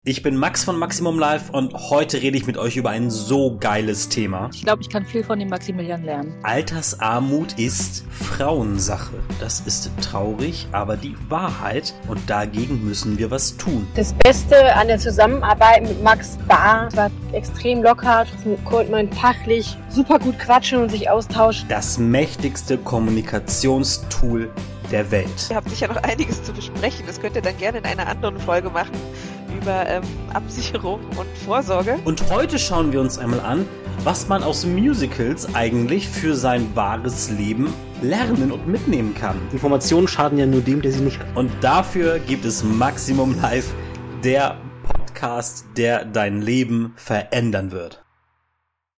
Ich bin Max von Maximum Live und heute rede ich mit euch über ein so geiles Thema. Ich glaube, ich kann viel von dem Maximilian lernen. Altersarmut ist Frauensache. Das ist traurig, aber die Wahrheit. Und dagegen müssen wir was tun. Das Beste an der Zusammenarbeit mit Max war extrem locker, konnte man fachlich super gut quatschen und sich austauschen. Das mächtigste Kommunikationstool der Welt. Ihr habt sicher noch einiges zu besprechen. Das könnt ihr dann gerne in einer anderen Folge machen über Absicherung und Vorsorge. Und heute schauen wir uns einmal an, was man aus Musicals eigentlich für sein wahres Leben lernen und mitnehmen kann. Informationen schaden ja nur dem, der sie nicht hat. Und dafür gibt es Maximum Live, der Podcast, der dein Leben verändern wird.